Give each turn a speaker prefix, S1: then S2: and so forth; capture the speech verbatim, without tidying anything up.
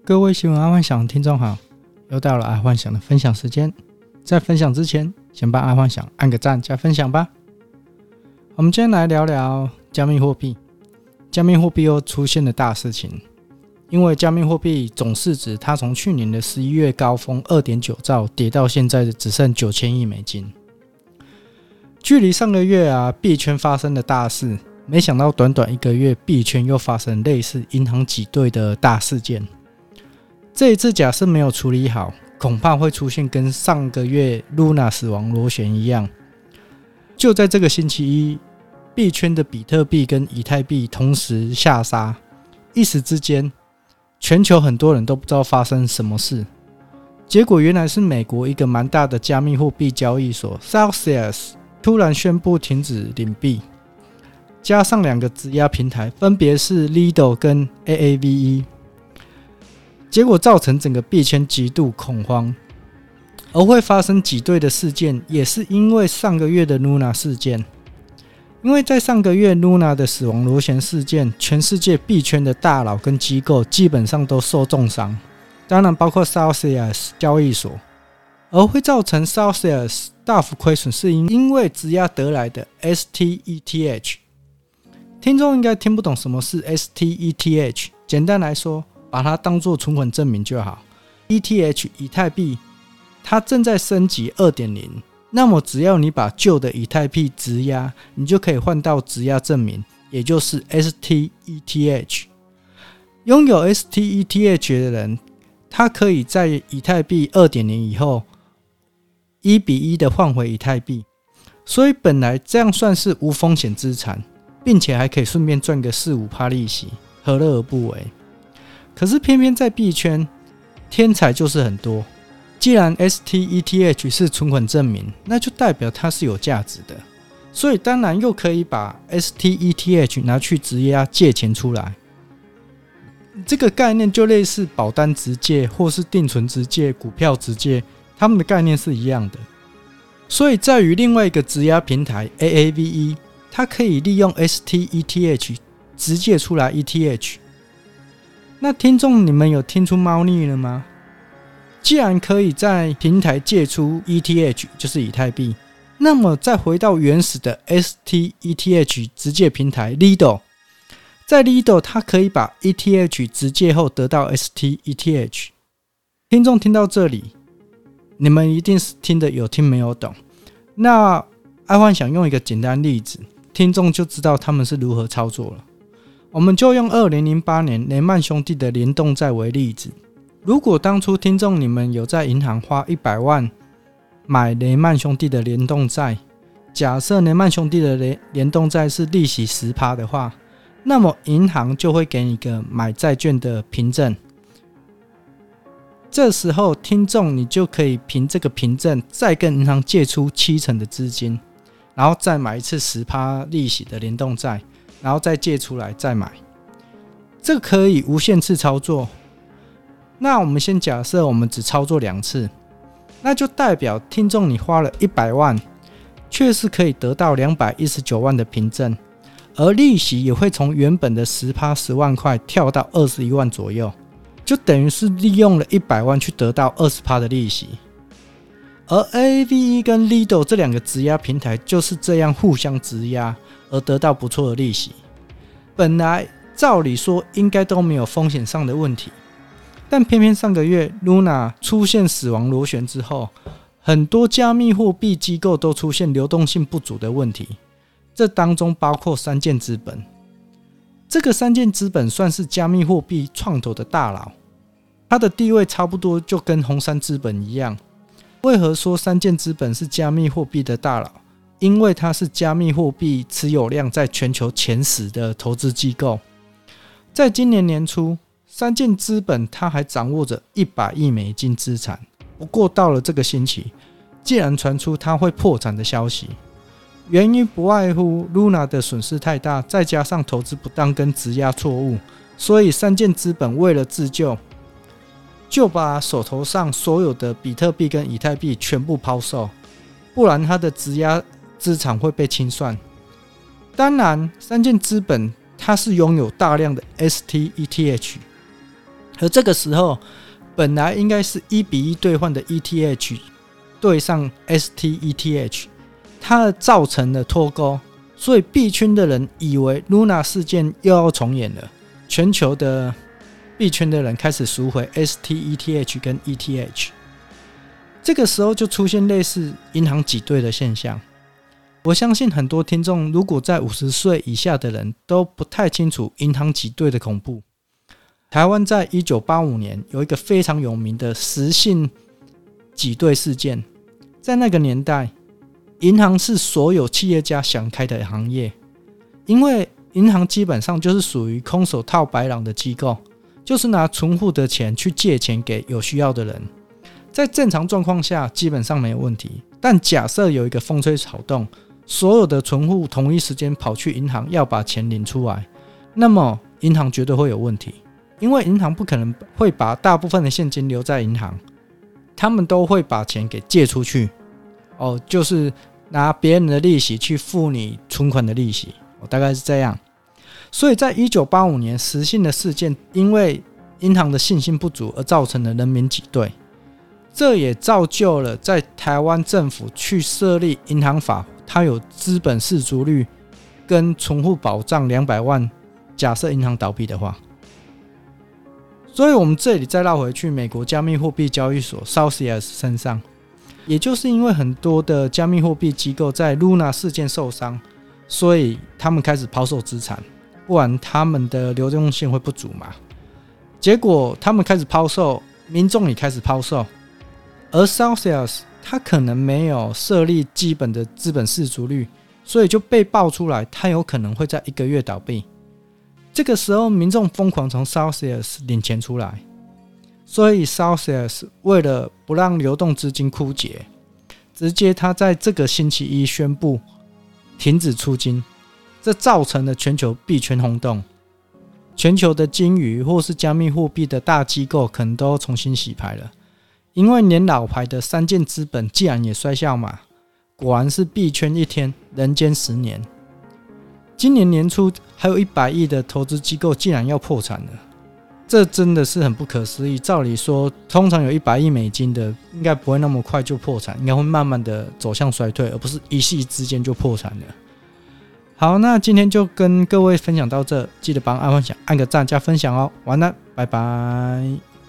S1: 各位新闻爱幻想的听众好，又到了爱幻想的分享时间。在分享之前，先帮爱幻想按个赞加分享吧。我们今天来聊聊加密货币。加密货币又出现了大事情，因为加密货币总市值它从去年的十一月高峰 二点九兆跌到现在的只剩九千亿美金。距离上个月啊币圈发生的大事，没想到短短一个月币圈又发生类似银行挤兑的大事件。这一次假设没有处理好，恐怕会出现跟上个月 Luna 死亡螺旋一样。就在这个星期一，币圈的比特币跟以太币同时下杀，一时之间全球很多人都不知道发生什么事。结果原来是美国一个蛮大的加密货币交易所 Celsius 突然宣布停止领币，加上两个质押平台分别是 Lido 跟 A A V E， 结果造成整个币圈极度恐慌。而会发生挤兑的事件也是因为上个月的 Luna 事件。因为在上个月 Luna 的死亡螺旋事件，全世界币圈的大佬跟机构基本上都受重伤，当然包括 Celsius 交易所。而会造成 Celsius 大幅亏损是因为质押得来的 S T E T H。 听众应该听不懂什么是 S T E T H， 简单来说把它当作存款证明就好。 E T H 以太币它正在升级 二点零， 那么只要你把旧的以太币质押，你就可以换到质押证明，也就是 S T E T H。 拥有 S T E T H 的人，他可以在以太币 二点零 以后一比一的换回以太币，所以本来这样算是无风险资产，并且还可以顺便赚个 百分之四五 利息，何乐而不为。可是偏偏在币圈天才就是很多，既然 S T E T H 是存款证明，那就代表它是有价值的，所以当然又可以把 S T E T H 拿去质押借钱出来。这个概念就类似保单直借或是定存直借、股票直借，他们的概念是一样的。所以在于另外一个质押平台 A A V E， 它可以利用 S T E T H 直借出来 E T H。 那听众你们有听出猫腻了吗？既然可以在平台借出 E T H 就是以太币，那么再回到原始的 S T E T H 直借平台 Lido， 在 Lido 它可以把 E T H 直借后得到 S T E T H。 听众听到这里，你们一定是听得有听没有懂。那爱幻想用一个简单例子，听众就知道他们是如何操作了。我们就用二零零八年雷曼兄弟的联动债为例子。如果当初听众你们有在银行花一百万买雷曼兄弟的联动债，假设雷曼兄弟的联动债是利息 百分之十 的话，那么银行就会给你一个买债券的凭证。这时候听众你就可以凭这个凭证再跟银行借出七成的资金，然后再买一次 百分之十 利息的联动债，然后再借出来再买。这个可以无限次操作。那我们先假设我们只操作两次，那就代表听众你花了一百万，确实可以得到两百一十九万的凭证，而利息也会从原本的 百分之十 十万块跳到二十一万左右，就等于是利用了一百万去得到 百分之二十 的利息。而 A A V E 跟 Lido 这两个质押平台就是这样互相质押而得到不错的利息。本来照理说应该都没有风险上的问题，但偏偏上个月 Luna 出现死亡螺旋之后，很多加密货币机构都出现流动性不足的问题，这当中包括三箭资本。这个三箭资本算是加密货币创投的大佬，它的地位差不多就跟红杉资本一样。为何说三箭资本是加密货币的大佬？因为它是加密货币持有量在全球前十的投资机构。在今年年初，三箭资本它还掌握着一百亿美金资产，不过到了这个星期，竟然传出它会破产的消息。原因不外乎 Luna 的损失太大，再加上投资不当跟质押错误，所以三箭资本为了自救，就把手头上所有的比特币跟以太币全部抛售，不然它的质押资产会被清算。当然，三箭资本它是拥有大量的 S T E T H， 而这个时候本来应该是一比一兑换的 E T H 对上 S T E T H， 它造成了脱钩，所以币圈的人以为 Luna 事件又要重演了，全球的币圈的人开始赎回 S T E T H 跟 E T H， 这个时候就出现类似银行挤兑的现象。我相信很多听众如果在五十岁以下的人都不太清楚银行挤兑的恐怖。台湾在一九八五年有一个非常有名的实信挤兑事件，在那个年代银行是所有企业家想开的行业，因为银行基本上就是属于空手套白狼的机构，就是拿存户的钱去借钱给有需要的人，在正常状况下基本上没有问题，但假设有一个风吹草动，所有的存户同一时间跑去银行要把钱领出来，那么银行绝对会有问题，因为银行不可能会把大部分的现金留在银行，他们都会把钱给借出去，哦，就是拿别人的利息去付你存款的利息，哦，大概是这样。所以在一九八五年实信的事件，因为银行的信心不足而造成了人民挤兑，这也造就了在台湾政府去设立银行法，它有资本适足率跟存户保障两百万，假设银行倒闭的话。所以我们这里再绕回去美国加密货币交易所 Celsius 身上，也就是因为很多的加密货币机构在 Luna 事件受伤，所以他们开始抛售资产，不然他们的流动性会不足嘛。结果他们开始抛售，民众也开始抛售，而 Celsius 它可能没有设立基本的资本适足率，所以就被爆出来它有可能会在一个月倒闭。这个时候民众疯狂从 Celsius 领钱出来，所以 Celsius 为了不让流动资金枯竭，直接他在这个星期一宣布停止出金，这造成了全球币圈轰动，全球的金鱼或是加密货币的大机构可能都重新洗牌了，因为连老牌的三箭资本既然也摔下马，果然是币圈一天人间十年。今年年初还有一百亿的投资机构竟然要破产了，这真的是很不可思议。照理说通常有一百亿美金的应该不会那么快就破产，应该会慢慢的走向衰退，而不是一夕之间就破产了。好，那今天就跟各位分享到这，记得帮阿幻想按个赞加分享哦。完了，拜拜。